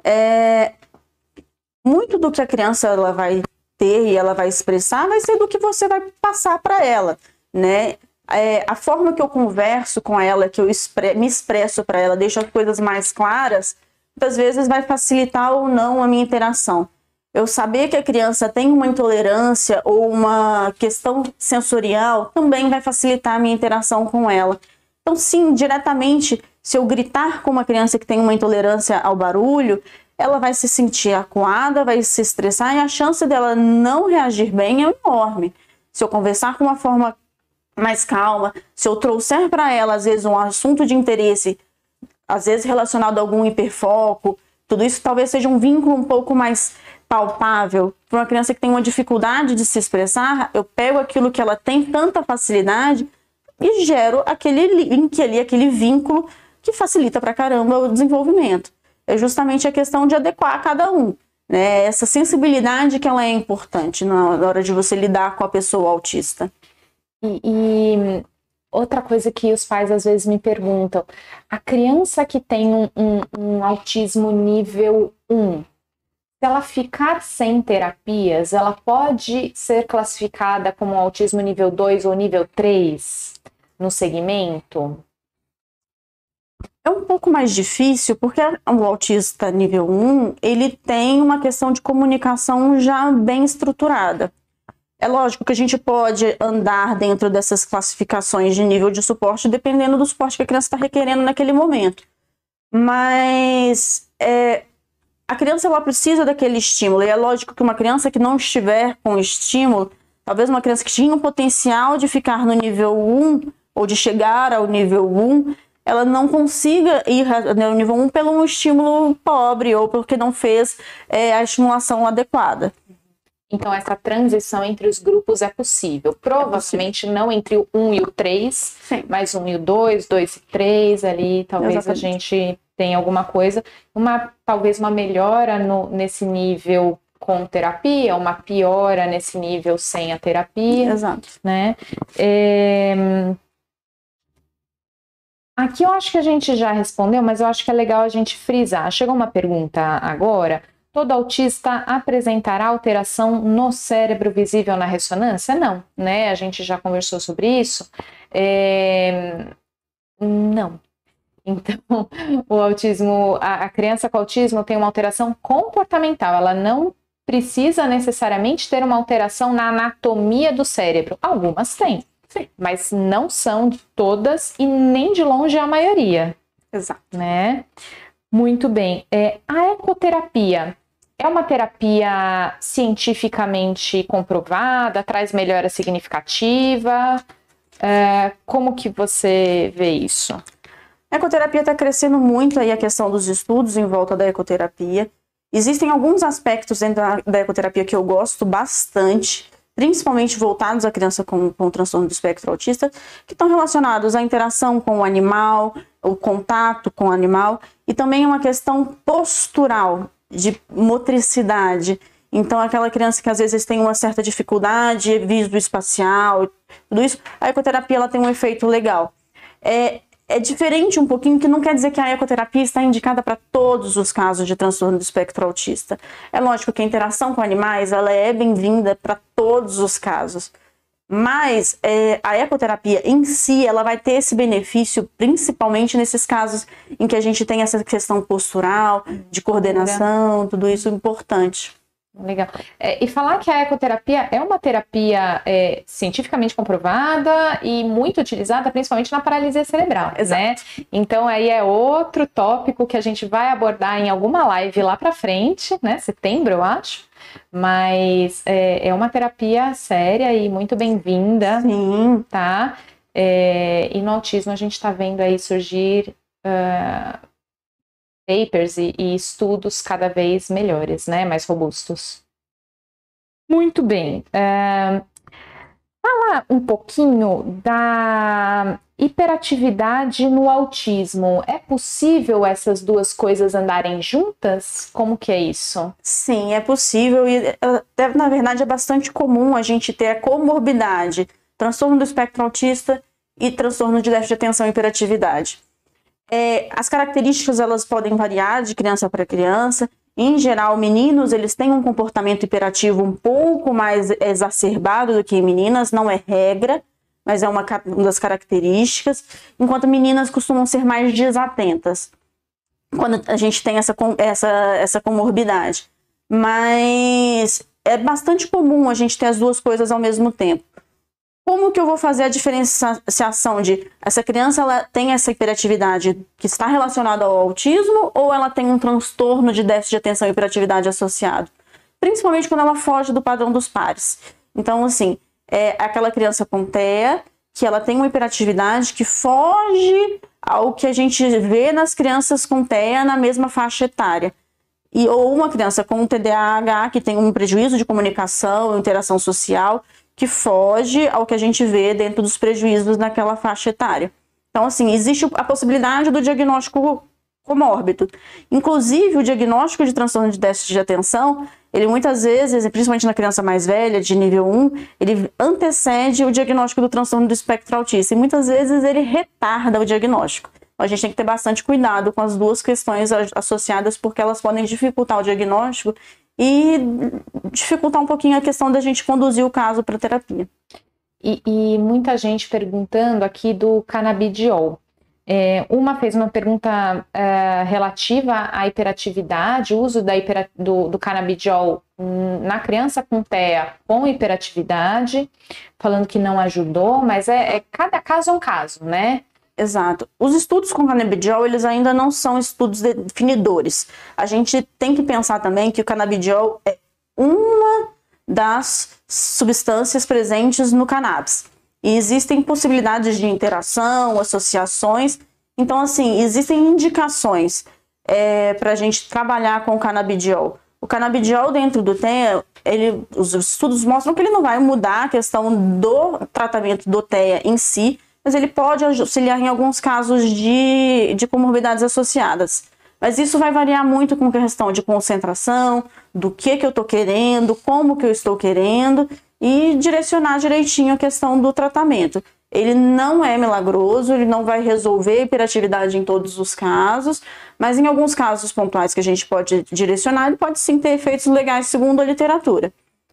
Muito do que a criança ela vai ter e ela vai expressar vai ser do que você vai passar para ela, né? A forma que eu converso com ela, que eu me expresso para ela, deixo as coisas mais claras, muitas vezes vai facilitar ou não a minha interação. Eu saber que a criança tem uma intolerância ou uma questão sensorial também vai facilitar a minha interação com ela. Então, sim, diretamente, se eu gritar com uma criança que tem uma intolerância ao barulho, ela vai se sentir acuada, vai se estressar e a chance dela não reagir bem é enorme. Se eu conversar com uma forma mais calma, se eu trouxer para ela, às vezes, um assunto de interesse, às vezes relacionado a algum hiperfoco, tudo isso talvez seja um vínculo um pouco mais palpável. Para uma criança que tem uma dificuldade de se expressar, eu pego aquilo que ela tem tanta facilidade e gero aquele link ali, aquele vínculo que facilita pra caramba o desenvolvimento. É justamente a questão de adequar a cada um, né? Essa sensibilidade que ela é importante na hora de você lidar com a pessoa autista. E outra coisa que os pais às vezes me perguntam, a criança que tem um autismo nível 1, se ela ficar sem terapias, ela pode ser classificada como autismo nível 2 ou nível 3 no segmento? É um pouco mais difícil, porque o autista nível 1, ele tem uma questão de comunicação já bem estruturada. É lógico que a gente pode andar dentro dessas classificações de nível de suporte, dependendo do suporte que a criança está requerendo naquele momento. Mas a criança ela precisa daquele estímulo, e é lógico que uma criança que não estiver com estímulo, talvez uma criança que tinha o potencial de ficar no nível 1, ou de chegar ao nível 1, ela não consiga ir no nível 1 pelo estímulo pobre ou porque não fez a estimulação adequada. Então, essa transição entre os grupos é possível. Provavelmente não entre o 1 e o 3, Sim. mas 1 e o 2, 2 e 3 ali, talvez Exatamente. a gente tenha alguma coisa. Talvez uma melhora nesse nível com terapia, uma piora nesse nível sem a terapia. Exato. Né? Aqui eu acho que a gente já respondeu, mas eu acho que é legal a gente frisar. Chegou uma pergunta agora. Todo autista apresentará alteração no cérebro visível na ressonância? Não, né? A gente já conversou sobre isso. Não. Então, o autismo, a criança com autismo tem uma alteração comportamental. Ela não precisa necessariamente ter uma alteração na anatomia do cérebro. Algumas têm. Sim. Mas não são todas e nem de longe a maioria. Exato. Né? Muito bem. A ecoterapia é uma terapia cientificamente comprovada? Traz melhora significativa? Como que você vê isso? A ecoterapia está crescendo muito aí a questão dos estudos em volta da ecoterapia. Existem alguns aspectos dentro da ecoterapia que eu gosto bastante, principalmente voltados à criança com transtorno do espectro autista, que estão relacionados à interação com o animal, o contato com o animal, e também uma questão postural, de motricidade. Então, aquela criança que às vezes tem uma certa dificuldade visoespacial, tudo isso, a ecoterapia ela tem um efeito legal. É diferente um pouquinho, que não quer dizer que a ecoterapia está indicada para todos os casos de transtorno do espectro autista. É lógico que a interação com animais ela é bem-vinda para todos os casos. Mas a ecoterapia em si, ela vai ter esse benefício principalmente nesses casos em que a gente tem essa questão postural, de coordenação, tudo isso importante. Legal. E falar que a ecoterapia é uma terapia cientificamente comprovada e muito utilizada, principalmente na paralisia cerebral, Exato. Né? Então aí é outro tópico que a gente vai abordar em alguma live lá pra frente, né? Setembro, eu acho. Mas é uma terapia séria e muito bem-vinda. Sim. Tá? E no autismo a gente está vendo aí surgir papers e estudos cada vez melhores, né? Mais robustos. Muito bem. Fala um pouquinho da hiperatividade no autismo. É possível essas duas coisas andarem juntas? Como que é isso? Sim, é possível e na verdade é bastante comum a gente ter a comorbidade, transtorno do espectro autista e transtorno de déficit de atenção e hiperatividade. As características elas podem variar de criança para criança. Em geral, meninos eles têm um comportamento hiperativo um pouco mais exacerbado do que meninas, não é regra, mas é uma das características, enquanto meninas costumam ser mais desatentas quando a gente tem essa comorbidade. Mas é bastante comum a gente ter as duas coisas ao mesmo tempo. Como que eu vou fazer a diferenciação de essa criança ela tem essa hiperatividade que está relacionada ao autismo ou ela tem um transtorno de déficit de atenção e hiperatividade associado? Principalmente quando ela foge do padrão dos pares. Então, assim, aquela criança com TEA que ela tem uma hiperatividade que foge ao que a gente vê nas crianças com TEA na mesma faixa etária. ou uma criança com TDAH que tem um prejuízo de comunicação, interação social, que foge ao que a gente vê dentro dos prejuízos naquela faixa etária. Então, assim, existe a possibilidade do diagnóstico comórbido. Inclusive, o diagnóstico de transtorno de déficit de atenção, ele muitas vezes, principalmente na criança mais velha, de nível 1, ele antecede o diagnóstico do transtorno do espectro autista. E muitas vezes ele retarda o diagnóstico. A gente tem que ter bastante cuidado com as duas questões associadas, porque elas podem dificultar o diagnóstico e dificultar um pouquinho a questão da gente conduzir o caso para terapia. E muita gente perguntando aqui do canabidiol. Uma fez uma pergunta relativa à hiperatividade, o uso do canabidiol na criança com TEA com hiperatividade, falando que não ajudou, mas cada caso é um caso, né? Exato. Os estudos com canabidiol, eles ainda não são estudos definidores. A gente tem que pensar também que o canabidiol é uma das substâncias presentes no cannabis. E existem possibilidades de interação, associações. Então, assim, existem indicações para a gente trabalhar com o canabidiol. O canabidiol dentro do TEA, os estudos mostram que ele não vai mudar a questão do tratamento do TEA em si, mas ele pode auxiliar em alguns casos de comorbidades associadas. Mas isso vai variar muito com questão de concentração, do que eu estou querendo, como que eu estou querendo, e direcionar direitinho a questão do tratamento. Ele não é milagroso, ele não vai resolver a hiperatividade em todos os casos, mas em alguns casos pontuais que a gente pode direcionar, ele pode sim ter efeitos legais segundo a literatura.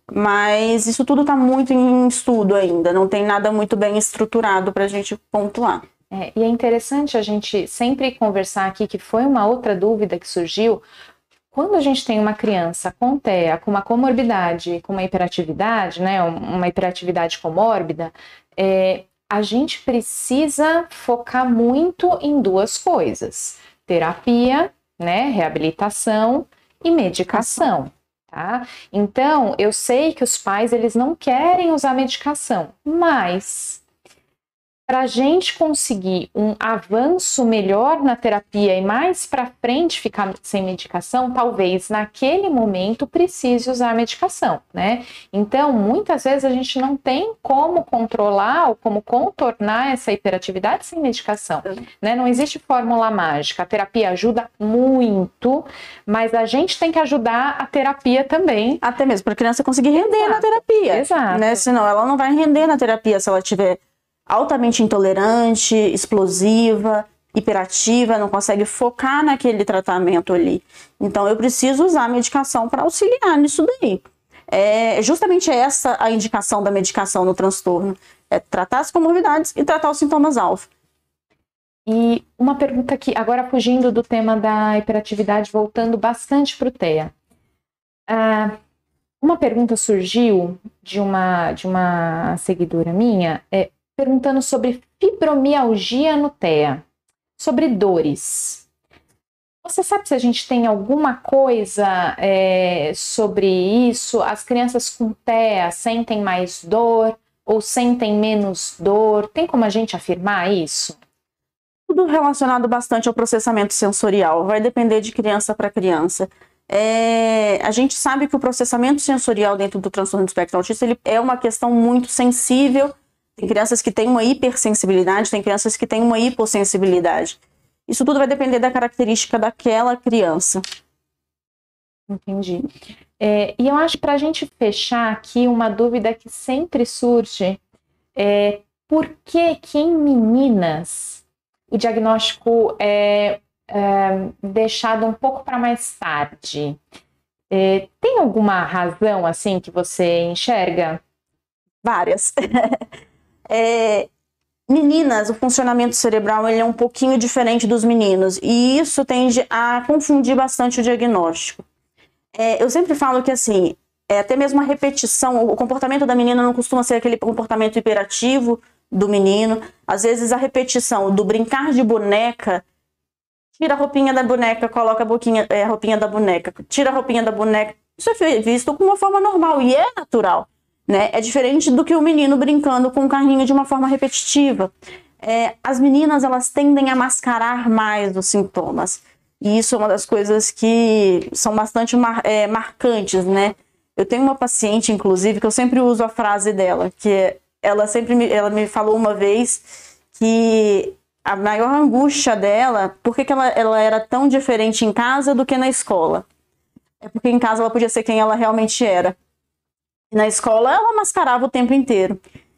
Mas isso tudo está muito em estudo ainda, não tem nada muito bem estruturado para a gente pontuar. E é interessante a gente sempre conversar aqui, que foi uma outra dúvida que surgiu. Quando a gente tem uma criança com TEA, com uma comorbidade, com uma hiperatividade, né, uma hiperatividade comórbida, a gente precisa focar muito em duas coisas: terapia, né, reabilitação e medicação. Tá? Então, eu sei que os pais, eles não querem usar medicação, mas para a gente conseguir um avanço melhor na terapia e mais para frente ficar sem medicação, talvez naquele momento precise usar a medicação, né? Então, muitas vezes a gente não tem como controlar ou como contornar essa hiperatividade sem medicação, né? Não existe fórmula mágica. A terapia ajuda muito, mas a gente tem que ajudar a terapia também. Até mesmo para a criança conseguir render na terapia. Exato. Né? Senão ela não vai render na terapia se ela tiver altamente intolerante, explosiva, hiperativa, não consegue focar naquele tratamento ali. Então eu preciso usar a medicação para auxiliar nisso daí. É justamente essa a indicação da medicação no transtorno. É tratar as comorbidades e tratar os sintomas-alvo. E uma pergunta aqui, agora fugindo do tema da hiperatividade, voltando bastante para o TEA. Uma pergunta surgiu de uma seguidora minha, perguntando sobre fibromialgia no TEA, sobre dores. Você sabe se a gente tem alguma coisa sobre isso? As crianças com TEA sentem mais dor ou sentem menos dor? Tem como a gente afirmar isso? Tudo relacionado bastante ao processamento sensorial, vai depender de criança para criança. A gente sabe que o processamento sensorial dentro do transtorno do espectro autista ele é uma questão muito sensível. Tem crianças que têm uma hipersensibilidade, tem crianças que têm uma hipossensibilidade. Isso tudo vai depender da característica daquela criança. Entendi. E eu acho, para a gente fechar aqui, uma dúvida que sempre surge, por que em meninas o diagnóstico é deixado um pouco para mais tarde? Tem alguma razão assim que você enxerga? Várias. Meninas, o funcionamento cerebral ele é um pouquinho diferente dos meninos e isso tende a confundir bastante o diagnóstico. Eu sempre falo que assim, até mesmo a repetição, o comportamento da menina não costuma ser aquele comportamento hiperativo do menino. Às vezes a repetição do brincar de boneca, tira a roupinha da boneca, coloca a roupinha da boneca, tira a roupinha da boneca, isso é visto como uma forma normal e é natural. Né? É diferente do que o menino brincando com o carrinho de uma forma repetitiva. As meninas elas tendem a mascarar mais os sintomas. E isso é uma das coisas que são bastante marcantes, né? Eu tenho uma paciente, inclusive, que eu sempre uso a frase dela, que ela me falou uma vez que a maior angústia dela, por que ela era tão diferente em casa do que na escola? É porque em casa ela podia ser quem ela realmente era. E na escola ela mascarava o tempo inteiro.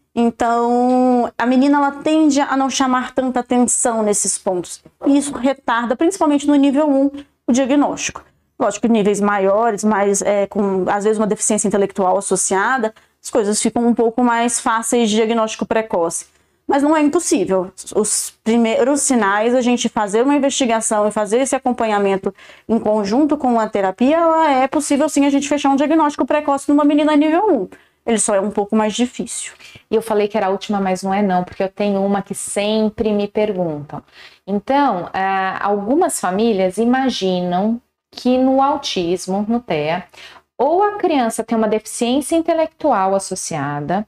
Então, a menina ela tende a não chamar tanta atenção nesses pontos. E isso retarda, principalmente no nível 1, o diagnóstico. Lógico que níveis maiores, mas com às vezes uma deficiência intelectual associada, as coisas ficam um pouco mais fáceis de diagnóstico precoce. Mas não é impossível. Os primeiros sinais, a gente fazer uma investigação e fazer esse acompanhamento em conjunto com a terapia, é possível sim a gente fechar um diagnóstico precoce numa menina nível 1. Ele só é um pouco mais difícil. E eu falei que era a última, mas não é não, porque eu tenho uma que sempre me perguntam. Então, algumas famílias imaginam que no autismo, no TEA, ou a criança tem uma deficiência intelectual associada,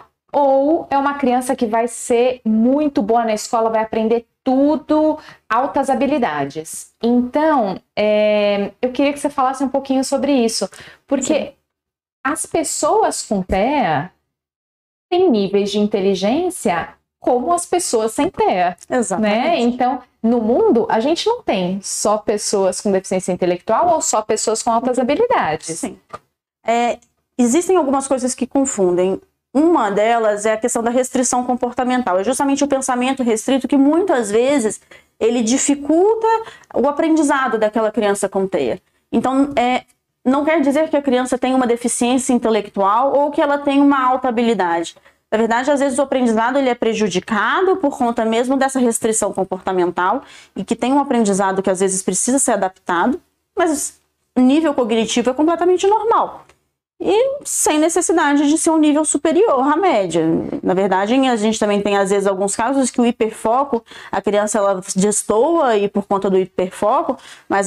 ou é uma criança que vai ser muito boa na escola, vai aprender tudo, altas habilidades. Então, eu queria que você falasse um pouquinho sobre isso, porque sim, as pessoas com TEA têm níveis de inteligência como as pessoas sem TEA. Exatamente. Né? Então, no mundo, a gente não tem só pessoas com deficiência intelectual ou só pessoas com altas habilidades. Sim. Existem algumas coisas que confundem. Uma delas é a questão da restrição comportamental. É justamente o pensamento restrito que muitas vezes ele dificulta o aprendizado daquela criança com TEA. Então, não quer dizer que a criança tem uma deficiência intelectual ou que ela tem uma alta habilidade. Na verdade, às vezes o aprendizado ele é prejudicado por conta mesmo dessa restrição comportamental e que tem um aprendizado que às vezes precisa ser adaptado, mas o nível cognitivo é completamente normal. E sem necessidade de ser um nível superior à média. Na verdade, a gente também tem, às vezes, alguns casos que o hiperfoco, a criança ela destoa e por conta do hiperfoco, mas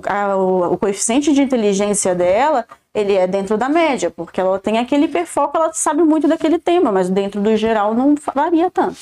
o coeficiente de inteligência dela, ele é dentro da média, porque ela tem aquele hiperfoco, ela sabe muito daquele tema, mas dentro do geral não varia tanto.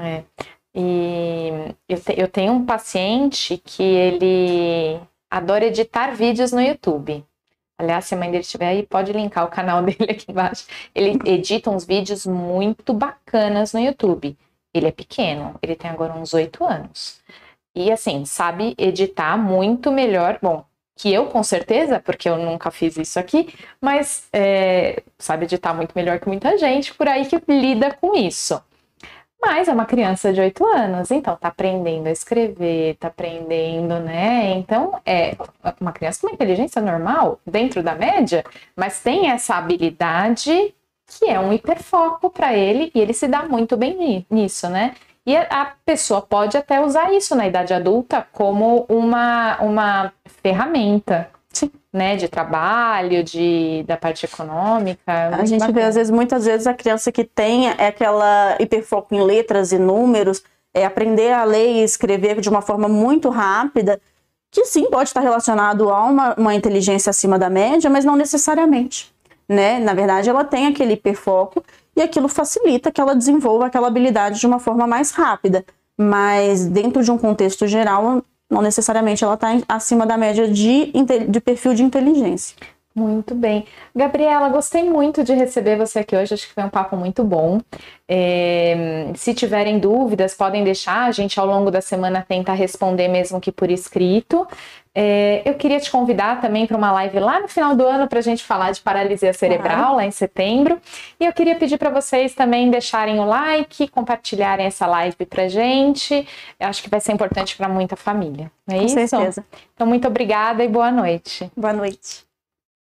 E eu tenho um paciente que ele adora editar vídeos no YouTube. Aliás, se a mãe dele estiver aí, pode linkar o canal dele aqui embaixo. Ele edita uns vídeos muito bacanas no YouTube. Ele é pequeno, ele tem agora uns 8 anos. E assim, sabe editar muito melhor, bom, que eu com certeza, porque eu nunca fiz isso aqui, mas sabe editar muito melhor que muita gente por aí que lida com isso. Mas é uma criança de 8 anos, então tá aprendendo a escrever, tá aprendendo, né? Então é uma criança com uma inteligência normal, dentro da média, mas tem essa habilidade que é um hiperfoco para ele e ele se dá muito bem nisso, né? E a pessoa pode até usar isso na idade adulta como uma ferramenta. Sim. Né, de trabalho, da parte econômica. A gente vê, muitas vezes, a criança que tem aquela hiperfoco em letras e números, aprender a ler e escrever de uma forma muito rápida, que sim, pode estar relacionado a uma inteligência acima da média, mas não necessariamente. Né? Na verdade, ela tem aquele hiperfoco e aquilo facilita que ela desenvolva aquela habilidade de uma forma mais rápida. Mas dentro de um contexto geral, não necessariamente ela está acima da média de perfil de inteligência. Muito bem. Gabriela, gostei muito de receber você aqui hoje, acho que foi um papo muito bom. Se tiverem dúvidas, podem deixar, a gente ao longo da semana tenta responder mesmo que por escrito. Eu queria te convidar também para uma live lá no final do ano para a gente falar de paralisia cerebral, lá em setembro. E eu queria pedir para vocês também deixarem o like, compartilharem essa live para a gente. Eu acho que vai ser importante para muita família, não é isso? Com certeza. Então, muito obrigada e boa noite. Boa noite.